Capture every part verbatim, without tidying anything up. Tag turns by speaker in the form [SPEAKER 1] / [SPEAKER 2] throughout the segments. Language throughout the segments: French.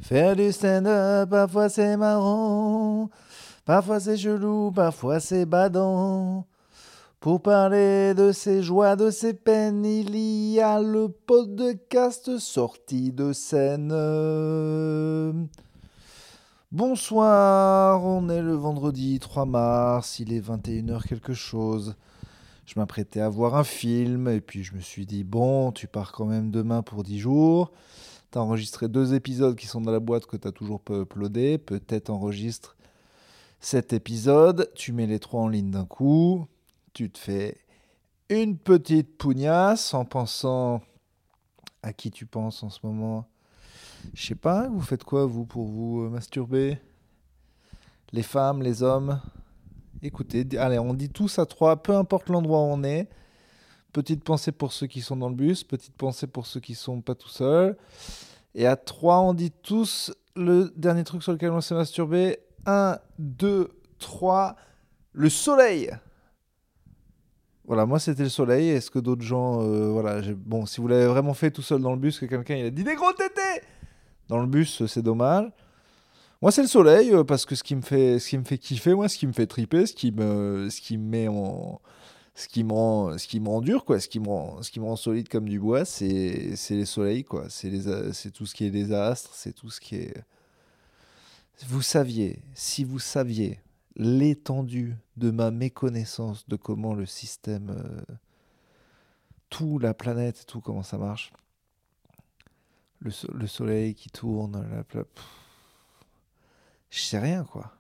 [SPEAKER 1] Faire du stand-up, parfois c'est marrant, parfois c'est chelou, parfois c'est badant. Pour parler de ses joies, de ses peines, il y a le podcast sorti de scène. Bonsoir, on est le vendredi trois mars, il est vingt et une heures quelque chose. Je m'apprêtais à voir un film et puis je me suis dit, bon, tu pars quand même demain pour dix jours. T'as enregistré deux épisodes qui sont dans la boîte que t'as toujours pas uploadé. Peut-être enregistre cet épisode. Tu mets les trois en ligne d'un coup. Tu te fais une petite pougnasse en pensant à qui tu penses en ce moment. Je sais pas, vous faites quoi vous pour vous euh, masturber? Les femmes, les hommes? Écoutez, di- allez, on dit tous à trois, peu importe l'endroit où on est. Petite pensée pour ceux qui sont dans le bus, petite pensée pour ceux qui sont pas tout seuls. Et à trois, on dit tous le dernier truc sur lequel on s'est masturbé. Un, deux, trois. Le soleil. Voilà, moi c'était le soleil. Est-ce que d'autres gens. euh, voilà, j'ai- bon, si vous l'avez vraiment fait tout seul dans le bus, que quelqu'un il a dit des gros tétés dans le bus, euh, c'est dommage. Moi c'est le soleil euh, parce que ce qui me fait, ce qui me fait kiffer, moi, ce qui me fait triper, ce qui me, ce qui me met en. Ce qui me rend, ce qui me rend dur, quoi, ce qui me rend, ce qui me rend solide comme du bois, c'est, c'est les soleils, quoi. C'est les, a- c'est tout ce qui est les astres, c'est tout ce qui est. Vous saviez, si vous saviez l'étendue de ma méconnaissance de comment le système, euh, tout, la planète, tout, comment ça marche, le, so- le soleil qui tourne, la, pla- pff, je sais rien, quoi.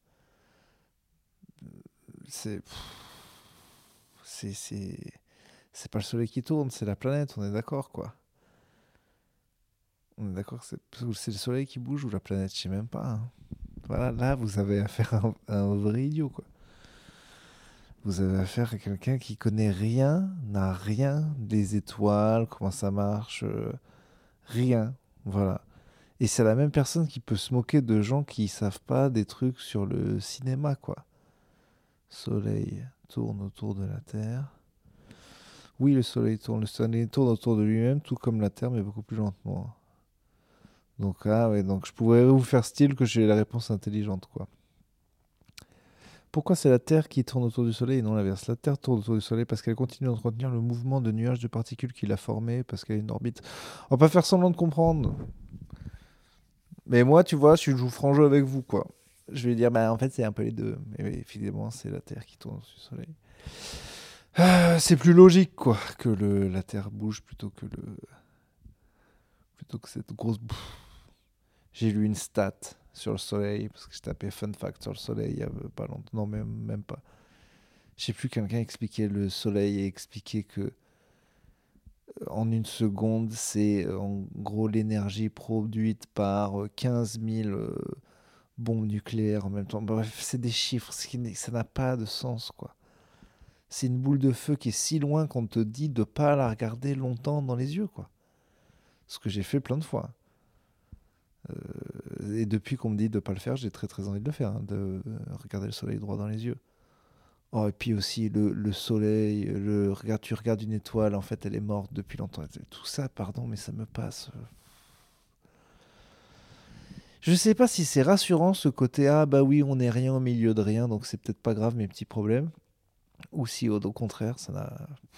[SPEAKER 1] C'est, pff, c'est, c'est, c'est pas le soleil qui tourne, c'est la planète, on est d'accord, quoi. On est d'accord que c'est, c'est le soleil qui bouge ou la planète, je sais même pas, hein. Voilà, là, vous avez affaire à un, à un vrai idiot, quoi. Vous avez affaire à quelqu'un qui connaît rien, n'a rien des étoiles, comment ça marche, euh, rien. Voilà. Et c'est la même personne qui peut se moquer de gens qui savent pas des trucs sur le cinéma, quoi. Soleil tourne autour de la Terre. Oui, le soleil tourne, le soleil tourne autour de lui-même, tout comme la Terre, mais beaucoup plus lentement. Donc, ah ouais, donc je pourrais vous faire style que j'ai la réponse intelligente, quoi. Pourquoi c'est la Terre qui tourne autour du Soleil et non l'inverse? La Terre tourne autour du Soleil parce qu'elle continue d'entretenir le mouvement de nuages de particules qu'il a formé, parce qu'elle a une orbite. On va pas faire semblant de comprendre. Mais moi, tu vois, je joue franc jeu avec vous, quoi. Je vais dire, bah en fait, c'est un peu les deux. Mais oui, évidemment, c'est la Terre qui tourne autour du Soleil. Ah, c'est plus logique, quoi, que le, la Terre bouge plutôt que le, plutôt que cette grosse. Pff. J'ai lu une stat sur le Soleil parce que je tapais fun fact sur le Soleil il y a pas longtemps. Non, même, même pas. Je sais plus, quelqu'un expliquait le Soleil et expliquait que en une seconde, c'est euh, en gros l'énergie produite par euh, quinze mille euh, bombes nucléaires en même temps. Bref, c'est des chiffres, ce qui n'est- ça n'a pas de sens, quoi. C'est une boule de feu qui est si loin qu'on te dit de pas la regarder longtemps dans les yeux, quoi. Ce que j'ai fait plein de fois. Euh, et depuis qu'on me dit de pas le faire, j'ai très très envie de le faire, hein, de euh, regarder le soleil droit dans les yeux. Oh, et puis aussi le, le soleil, le, regarde, tu regardes une étoile, en fait elle est morte depuis longtemps. Tout ça, pardon, mais ça me passe. Je sais pas si c'est rassurant ce côté ah bah oui on n'est rien au milieu de rien donc c'est peut-être pas grave mes petits problèmes ou si au, au contraire ça n'a.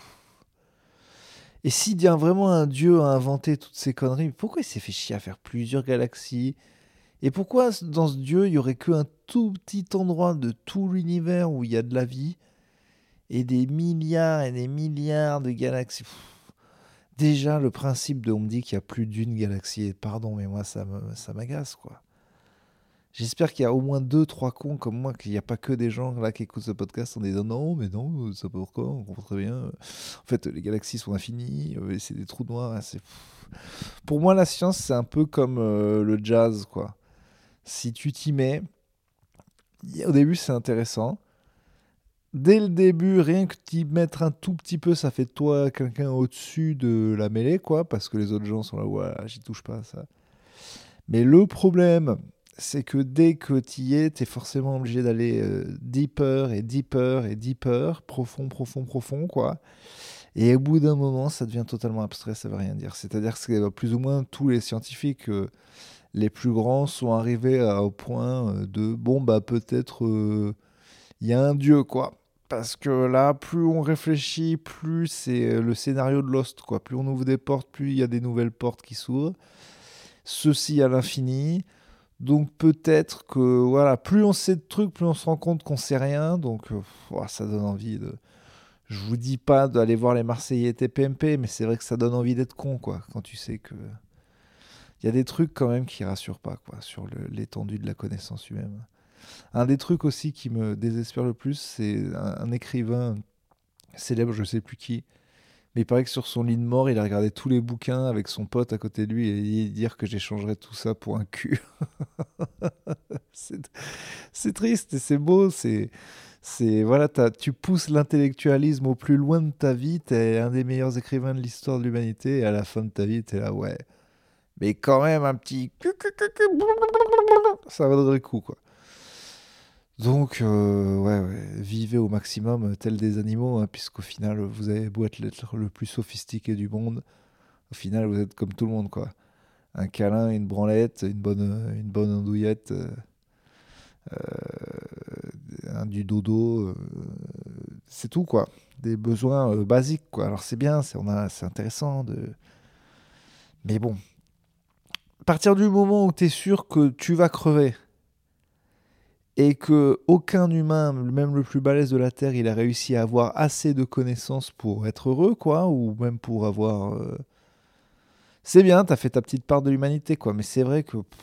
[SPEAKER 1] Et s'il y a vraiment un dieu à inventer toutes ces conneries, pourquoi il s'est fait chier à faire plusieurs galaxies? Et pourquoi dans ce dieu il y aurait qu'un tout petit endroit de tout l'univers où il y a de la vie et des milliards et des milliards de galaxies? Pff. Déjà le principe de on me dit qu'il y a plus d'une galaxie, et pardon mais moi ça me, ça m'agace, quoi. J'espère qu'il y a au moins deux, trois cons comme moi, qu'il n'y a pas que des gens là qui écoutent ce podcast en disant non, mais non, ça pas pourquoi, on comprend très bien. En fait, les galaxies sont infinies, euh, c'est des trous noirs. Hein, c'est... Pour moi, la science, c'est un peu comme euh, le jazz, quoi. Si tu t'y mets, au début, c'est intéressant. Dès le début, rien que t'y mettre un tout petit peu, ça fait de toi quelqu'un au-dessus de la mêlée, quoi, parce que les autres gens sont là, ouais, j'y touche pas, ça. Mais le problème, c'est que dès que tu y es, tu es forcément obligé d'aller euh, deeper et deeper et deeper, profond, profond, profond, quoi. Et au bout d'un moment, ça devient totalement abstrait, ça veut rien dire. C'est-à-dire que plus ou moins tous les scientifiques, euh, les plus grands sont arrivés à- au point euh, de bon bah peut-être euh, il y a un dieu quoi. Parce que là, plus on réfléchit, plus c'est euh, le scénario de Lost quoi. Plus on ouvre des portes, plus il y a des nouvelles portes qui s'ouvrent. Ceci à l'infini. Donc peut-être que voilà, plus on sait de trucs, plus on se rend compte qu'on sait rien. Donc euh, pff, ouah, ça donne envie de. Je vous dis pas d'aller voir les Marseillais T P M P, mais c'est vrai que ça donne envie d'être con quoi. Quand tu sais que il y a des trucs quand même qui rassurent pas quoi sur le- l'étendue de la connaissance humaine. Un des trucs aussi qui me désespère le plus, c'est un, un écrivain célèbre, je sais plus qui, mais il paraît que sur son lit de mort, il a regardé tous les bouquins avec son pote à côté de lui et dire que j'échangerais tout ça pour un cul. c'est, c'est triste et c'est beau, c'est, c'est voilà, t'as- tu pousses l'intellectualisme au plus loin de ta vie, t'es un des meilleurs écrivains de l'histoire de l'humanité et à la fin de ta vie, t'es là, ouais, mais quand même un petit, ça vaudrait le coup quoi. Donc, euh, ouais, ouais, vivez au maximum euh, tel des animaux, hein, puisqu'au final, vous avez beau être l'être le plus sophistiqué du monde, au final, vous êtes comme tout le monde, quoi. Un câlin, une branlette, une bonne, euh, une bonne andouillette, euh, un, du dodo, euh, c'est tout, quoi. Des besoins euh, basiques, quoi. Alors, c'est bien, c'est, on a, c'est intéressant, de... mais bon. À partir du moment où tu es sûr que tu vas crever, et que aucun humain, même le plus balèze de la Terre, il a réussi à avoir assez de connaissances pour être heureux, quoi, ou même pour avoir... euh, C'est bien, t'as fait ta petite part de l'humanité, quoi, mais c'est vrai que... pff,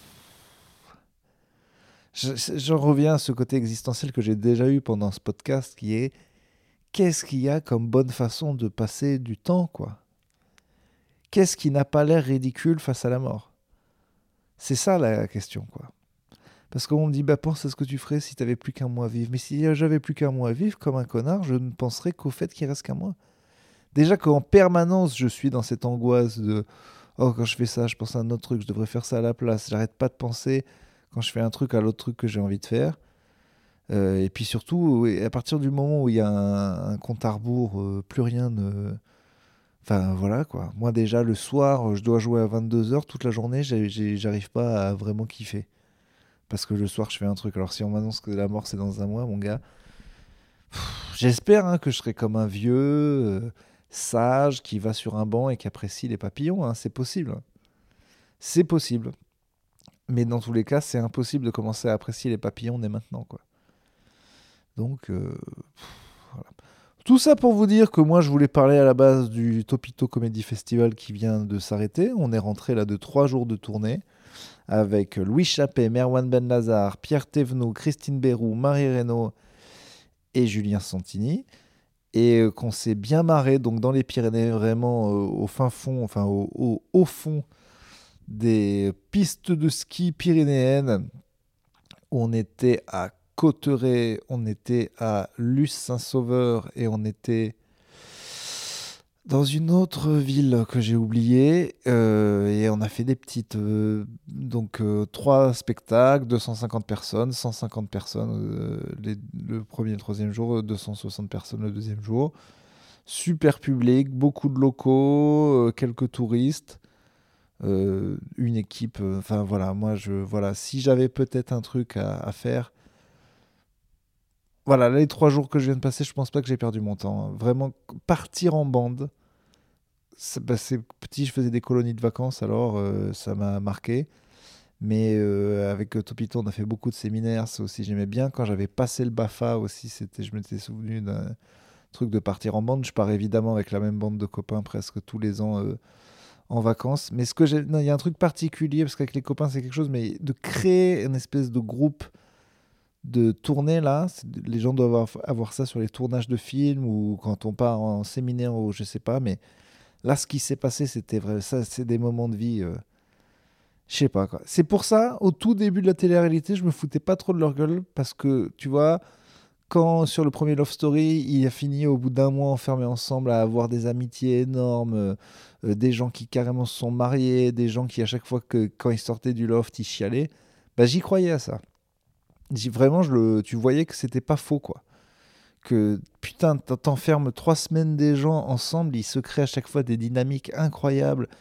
[SPEAKER 1] je- J'en reviens à ce côté existentiel que j'ai déjà eu pendant ce podcast, qui est qu'est-ce qu'il y a comme bonne façon de passer du temps, quoi? Qu'est-ce qui n'a pas l'air ridicule face à la mort? C'est ça la question, quoi. Parce qu'on me dit, bah pense à ce que tu ferais si t'avais plus qu'un mois à vivre. Mais si j'avais plus qu'un mois à vivre, comme un connard, je ne penserais qu'au fait qu'il reste qu'un mois. Déjà qu'en permanence, je suis dans cette angoisse de oh, quand je fais ça, je pense à un autre truc, je devrais faire ça à la place. J'arrête pas de penser quand je fais un truc à l'autre truc que j'ai envie de faire. Euh, et puis surtout, oui, à partir du moment où il y a un, un compte à rebours, euh, plus rien ne. Enfin voilà quoi. Moi déjà, le soir, je dois jouer à vingt-deux heures toute la journée, j'ai- j'ai- j'arrive pas à vraiment kiffer. Parce que le soir, je fais un truc. Alors si on m'annonce que la mort c'est dans un mois, mon gars, j'espère hein, que je serai comme un vieux euh, sage qui va sur un banc et qui apprécie les papillons. Hein, c'est possible. C'est possible. Mais dans tous les cas, c'est impossible de commencer à apprécier les papillons dès maintenant, quoi. Donc, euh, voilà. Tout ça pour vous dire que moi, je voulais parler à la base du Topito Comedy Festival qui vient de s'arrêter. On est rentré là de trois jours de tournée avec Louis Chappé, Merwan Ben Lazare, Pierre Thévenot, Christine Béroux, Marie Reynaud et Julien Santini. Et euh, qu'on s'est bien marré, donc dans les Pyrénées, vraiment euh, au fin fond, enfin au, au, au fond des pistes de ski pyrénéennes, où on était à Cotteret, on était à Luce-Saint-Sauveur et on était dans une autre ville que j'ai oubliée. Euh, et on a fait des petites. Euh, donc, euh, trois spectacles, deux cent cinquante personnes, cent cinquante personnes euh, les- le premier et le troisième jour, deux cent soixante personnes le deuxième jour. Super public, beaucoup de locaux, euh, quelques touristes. Euh, une équipe, euh, enfin voilà, moi je, voilà, si j'avais peut-être un truc à, à faire, voilà, là, les trois jours que je viens de passer, je pense pas que j'ai perdu mon temps. Hein. Vraiment, partir en bande, c'est bah, c'est petit, je faisais des colonies de vacances, alors euh, ça m'a marqué. Mais euh, avec euh, Topito, on a fait beaucoup de séminaires, ça aussi j'aimais bien. Quand j'avais passé le BAFA aussi, c'était, je m'étais souvenu d'un truc de partir en bande. Je pars évidemment avec la même bande de copains presque tous les ans euh, en vacances. Mais ce que j'ai, non, il y a un truc particulier parce qu'avec les copains c'est quelque chose, mais de créer une espèce de groupe de tournée là, c'est- les gens doivent avoir, avoir ça sur les tournages de films ou quand on part en séminaire ou je sais pas. Mais là, ce qui s'est passé, c'était vrai. Ça, c'est des moments de vie. euh, je sais pas quoi. C'est pour ça, au tout début de la télé-réalité, je me foutais pas trop de leur gueule parce que tu vois, quand sur le premier Love Story, il a fini au bout d'un mois enfermés ensemble à avoir des amitiés énormes, euh, euh, des gens qui carrément se sont mariés, des gens qui à chaque fois que quand ils sortaient du loft, ils chialaient. Bah j'y croyais à ça. J'y- Vraiment, je le, tu voyais que c'était pas faux quoi. Que putain, t'enfermes trois semaines des gens ensemble, ils se créent à chaque fois des dynamiques incroyables,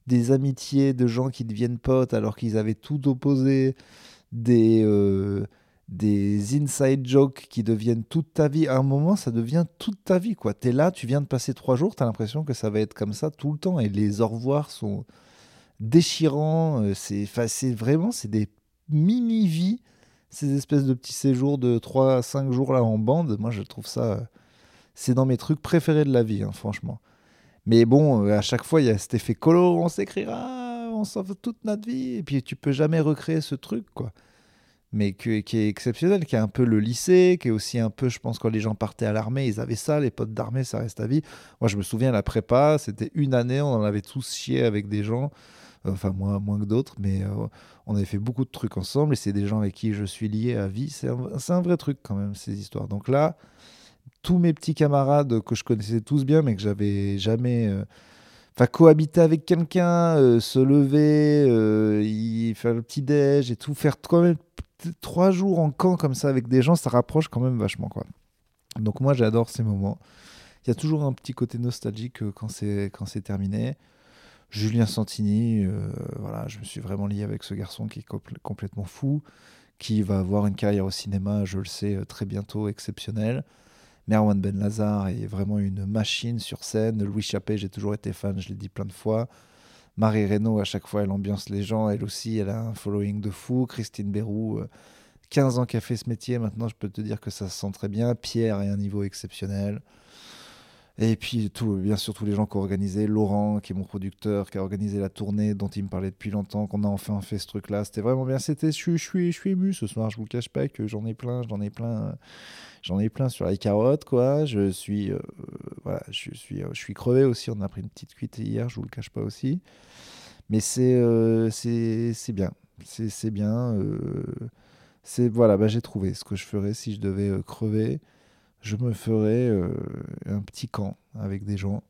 [SPEAKER 1] des amitiés de gens qui deviennent potes alors qu'ils avaient tout opposé, des, euh, des inside jokes qui deviennent toute ta vie. À un moment, ça devient toute ta vie, quoi. T'es là, tu viens de passer trois jours, t'as l'impression que ça va être comme ça tout le temps. Et les au revoir sont déchirants. euh, C'est, 'fin, c'est vraiment, c'est des mini-vies, ces espèces de petits séjours de trois à cinq jours là en bande. Moi, je trouve ça... euh, C'est dans mes trucs préférés de la vie, hein, franchement. Mais bon, euh, à chaque fois, il y a cet effet colo, on s'écrira, on s'en fout toute notre vie, et puis tu peux jamais recréer ce truc, quoi. Mais que- qui est exceptionnel, qui est un peu le lycée, qui est aussi un peu, je pense, quand les gens partaient à l'armée, ils avaient ça, les potes d'armée, ça reste à vie. Moi, je me souviens, la prépa, c'était une année, on en avait tous chié avec des gens, euh, enfin, moi, moins que d'autres, mais euh, on avait fait beaucoup de trucs ensemble, et c'est des gens avec qui je suis lié à vie. C'est un, c'est un vrai truc, quand même, ces histoires. Donc là, tous mes petits camarades que je connaissais tous bien, mais que j'avais jamais. euh, Enfin, cohabiter avec quelqu'un, euh, se lever, euh, y faire le petit-déj et tout, faire quand même t- trois jours en camp comme ça avec des gens, ça rapproche quand même vachement, quoi. Donc moi, j'adore ces moments. Il y a toujours un petit côté nostalgique euh, quand c'est quand c'est terminé. Julien Santini, euh, voilà, je me suis vraiment lié avec ce garçon qui est compl- complètement fou, qui va avoir une carrière au cinéma, je le sais, euh, très bientôt exceptionnelle. Merwan Ben Lazar est vraiment une machine sur scène. Louis Chappé, j'ai toujours été fan, je l'ai dit plein de fois. Marie Reynaud, à chaque fois, elle ambiance les gens. Elle aussi, elle a un following de fou. Christine Bérou, euh, quinze ans qu'elle fait ce métier. Maintenant, je peux te dire que ça se sent très bien. Pierre est un niveau exceptionnel. Et puis, tout, bien sûr, tous les gens qui ont organisé. Laurent, qui est mon producteur, qui a organisé la tournée dont il me parlait depuis longtemps, qu'on a enfin fait ce truc-là. C'était vraiment bien. C'était, je, suis- je, suis, je suis ému ce soir. Je vous le cache pas que j'en ai plein, j'en ai plein. euh, J'en ai plein sur les carottes, quoi. Je suis, euh, voilà, je suis, euh, je suis crevé aussi. On a pris une petite cuite hier, je vous le cache pas aussi. Mais c'est, euh, c'est, c'est bien. C'est, c'est bien. euh, c'est, voilà, bah, j'ai trouvé ce que je ferais si je devais euh, crever. Je me ferais euh, un petit camp avec des gens.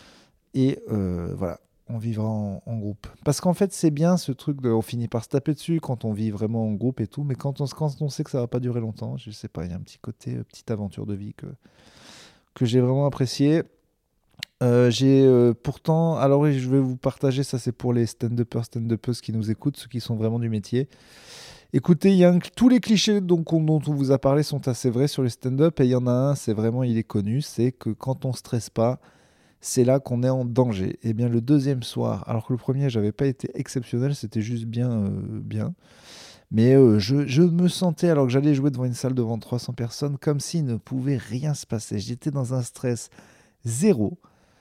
[SPEAKER 1] Et euh, voilà, on vivra en, en groupe. Parce qu'en fait, c'est bien ce truc de. On finit par se taper dessus quand on vit vraiment en groupe et tout. Mais quand on, se- quand on sait que ça va pas durer longtemps, je sais pas, il y a un petit côté, euh, petite aventure de vie que, que j'ai vraiment apprécié. Euh, j'ai euh, pourtant, alors oui, je vais vous partager, ça c'est pour les stand-uppers, stand-uppers qui nous écoutent, ceux qui sont vraiment du métier. Écoutez, il y a un- tous les clichés dont, on- dont on vous a parlé sont assez vrais sur les stand-up, et il y en a un, c'est vraiment, il est connu, c'est que quand on stresse pas, c'est là qu'on est en danger. Et bien le deuxième soir, alors que le premier, j'avais pas été exceptionnel, c'était juste bien, euh, bien. Mais euh, je, je me sentais, alors que j'allais jouer devant une salle devant trois cents personnes, comme s'il ne pouvait rien se passer. J'étais dans un stress zéro.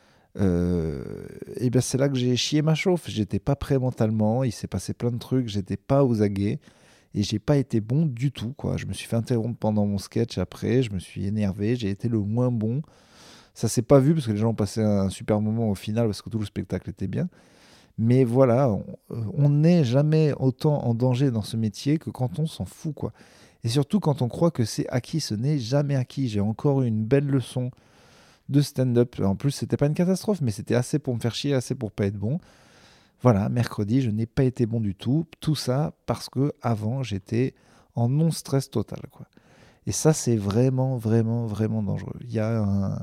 [SPEAKER 1] Euh, et bien c'est là que j'ai chié ma chauffe. J'étais pas prêt mentalement, il s'est passé plein de trucs, j'étais pas aux aguets et j'ai pas été bon du tout, quoi. Je me suis fait interrompre pendant mon sketch après, je me suis énervé, j'ai été le moins bon. Ça s'est pas vu parce que les gens ont passé un super moment au final parce que tout le spectacle était bien. Mais voilà, on euh, on n'est jamais autant en danger dans ce métier que quand on s'en fout, quoi. Et surtout quand on croit que c'est acquis, ce n'est jamais acquis. J'ai encore eu une belle leçon de stand-up. En plus, c'était pas une catastrophe, mais c'était assez pour me faire chier, assez pour pas être bon. Voilà, mercredi, je n'ai pas été bon du tout. Tout ça parce que avant, j'étais en non-stress total, quoi. Et ça, c'est vraiment, vraiment, vraiment dangereux. Il y a un...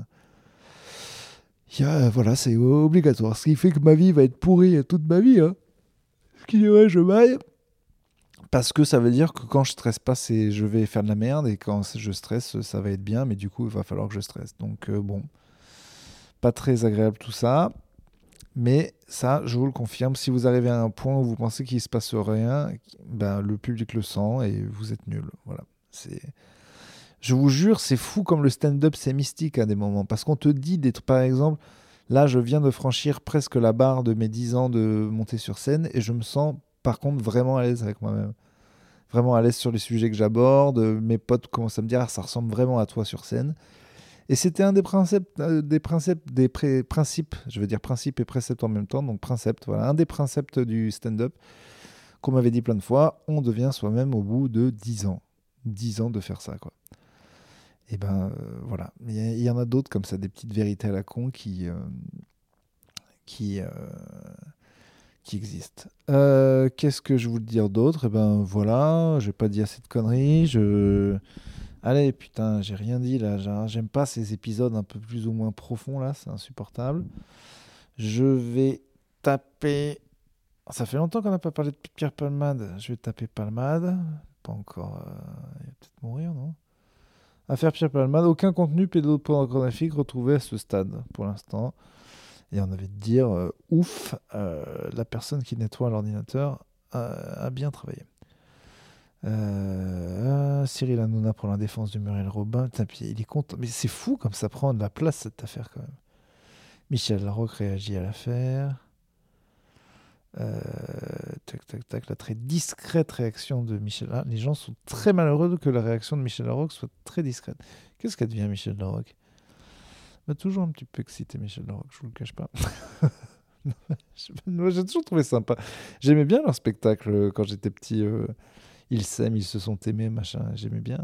[SPEAKER 1] Il y a, voilà, c'est obligatoire. Ce qui fait que ma vie va être pourrie toute ma vie, hein. Ce qui dirait, je m'aille. Parce que ça veut dire que quand je stresse pas, c'est je vais faire de la merde. Et quand je stresse, ça va être bien. Mais du coup, il va falloir que je stresse. Donc, euh, bon, pas très agréable tout ça. Mais ça, je vous le confirme, si vous arrivez à un point où vous pensez qu'il ne se passe rien, ben, le public le sent et vous êtes nul. Voilà. C'est... Je vous jure, c'est fou comme le stand-up, c'est mystique à des moments. Parce qu'on te dit d'être, par exemple, là, je viens de franchir presque la barre de mes dix ans de monter sur scène et je me sens, par contre, vraiment à l'aise avec moi-même. Vraiment à l'aise sur les sujets que j'aborde. Mes potes commencent à me dire, ah, ça ressemble vraiment à toi sur scène. Et c'était un des principes, euh, des principes, des pré- principes, je veux dire principes et préceptes en même temps, donc principes, voilà, un des principes du stand-up qu'on m'avait dit plein de fois, on devient soi-même au bout de dix ans. dix ans de faire ça, quoi. Et ben euh, voilà, il y, a- il y en a d'autres comme ça, des petites vérités à la con qui, euh, qui, euh, qui existent. Euh, qu'est-ce que je voulais dire d'autre? Et ben voilà, j'ai pas dit assez de conneries, je... Allez, putain, j'ai rien dit là. Genre, j'aime pas ces épisodes un peu plus ou moins profonds là, c'est insupportable. Je vais taper... Ça fait longtemps qu'on n'a pas parlé de Pierre Palmade. Je vais taper Palmade. Pas encore... euh, Il va peut-être mourir, non? Affaire Pierre Palmade. Aucun contenu pédopornographique retrouvé à ce stade, pour l'instant. Et on avait de dire, euh, ouf, euh, la personne qui nettoie l'ordinateur a, a bien travaillé. Euh, Cyril Hanouna pour la défense de Muriel Robin. Putain, puis il est content. Mais c'est fou comme ça prend de la place cette affaire quand même. Michel Larocque réagit à l'affaire. Euh, tac, tac, tac. La très discrète réaction de Michel Larocque. Les gens sont très malheureux que la réaction de Michel Larocque soit très discrète. Qu'est-ce qu'elle devient, Michel Larocque? M'a toujours un petit peu excité, Michel Larocque, je vous le cache pas. Moi, j'ai toujours trouvé sympa. J'aimais bien leur spectacle quand j'étais petit. Euh, ils s'aiment, ils se sont aimés, machin. J'aimais bien.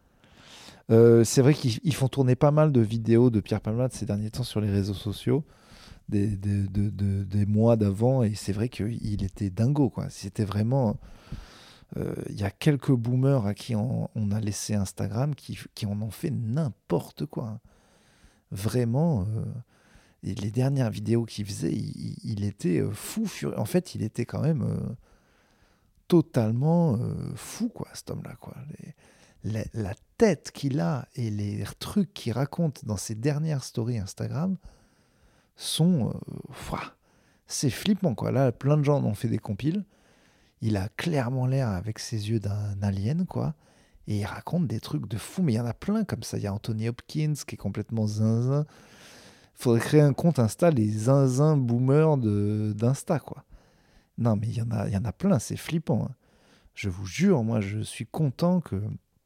[SPEAKER 1] Euh, c'est vrai qu'ils ils font tourner pas mal de vidéos de Pierre Palmade ces derniers temps sur les réseaux sociaux, des, des, de- de- des mois d'avant, et c'est vrai qu'il était dingo, quoi. C'était vraiment... euh, Il y a quelques boomers à qui on, on a laissé Instagram qui, qui en ont fait n'importe quoi. Vraiment... euh, et les dernières vidéos qu'il faisait, il, il- il était euh, fou furieux. En fait, il était quand même euh, totalement euh, fou, quoi, cet homme-là, quoi. Les- la, la tête qu'il a et les trucs qu'il raconte dans ses dernières stories Instagram sont... euh, ouah, c'est flippant, quoi. Là, plein de gens en ont fait des compiles. Il a clairement l'air avec ses yeux d'un alien, quoi. Et il raconte des trucs de fou. Mais il y en a plein comme ça. Il y a Anthony Hopkins qui est complètement zinzin. Il faudrait créer un compte Insta, les zinzin boomers de, d'Insta, quoi. Non, mais il y en a, il y en a plein, c'est flippant, hein. Je vous jure, moi, je suis content que...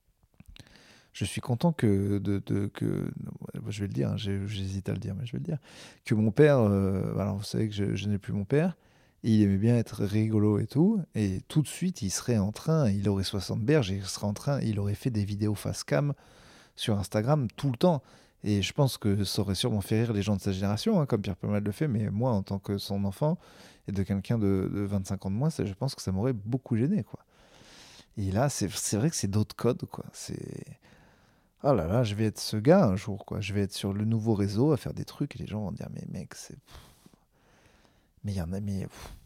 [SPEAKER 1] Je suis content que... De, de- que je vais le dire, hein, j'ai- j'hésite à le dire, mais je vais le dire. Que mon père... euh, alors, vous savez que je, je n'ai plus mon père. Et il aimait bien être rigolo et tout. Et tout de suite, il serait en train... Il aurait soixante berges et il serait en train... Il aurait fait des vidéos face cam sur Instagram tout le temps. Et je pense que ça aurait sûrement fait rire les gens de sa génération, hein, comme Pierre Palmade le fait, mais moi, en tant que son enfant et de quelqu'un de, de vingt-cinq ans de moins, ça, je pense que ça m'aurait beaucoup gêné, quoi. Et là, c'est c'est vrai que c'est d'autres codes, quoi. C'est... Oh là là, je vais être ce gars un jour, quoi. Je vais être sur le nouveau réseau à faire des trucs et les gens vont dire, mais mec, c'est... Mais il y en a, mais... pff,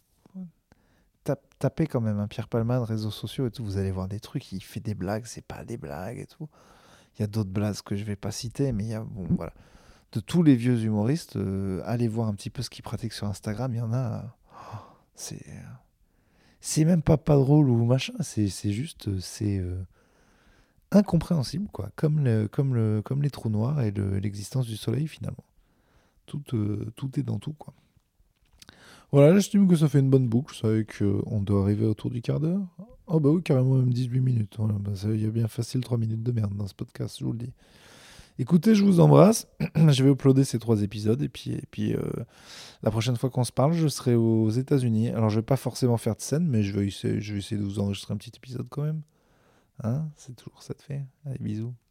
[SPEAKER 1] tap- tapez quand même un Pierre Palmade, réseaux sociaux et tout, vous allez voir des trucs, il fait des blagues, c'est pas des blagues et tout. Il y a d'autres blagues que je vais pas citer, mais il y a... Bon, voilà. De tous les vieux humoristes, euh, allez voir un petit peu ce qu'ils pratiquent sur Instagram. Il y en a. Oh, c'est. C'est même pas pas drôle ou machin. C'est c'est juste. euh, C'est euh, incompréhensible, quoi. Comme, le, comme, le, comme les trous noirs et le- l'existence du soleil, finalement. Tout, euh, tout est dans tout, quoi. Voilà, j'estime que ça fait une bonne boucle. C'est vrai qu'on doit arriver autour du quart d'heure. Oh, bah oui, carrément, même dix-huit minutes. Voilà, bah ça, il y a bien facile trois minutes de merde dans ce podcast, je vous le dis. Écoutez, je vous embrasse. Je vais uploader ces trois épisodes et puis, et puis euh, la prochaine fois qu'on se parle, je serai aux États-Unis. Alors, je vais pas forcément faire de scène, mais je vais essayer, je vais essayer de vous enregistrer un petit épisode quand même. Hein? C'est toujours ça de fait. Allez, bisous.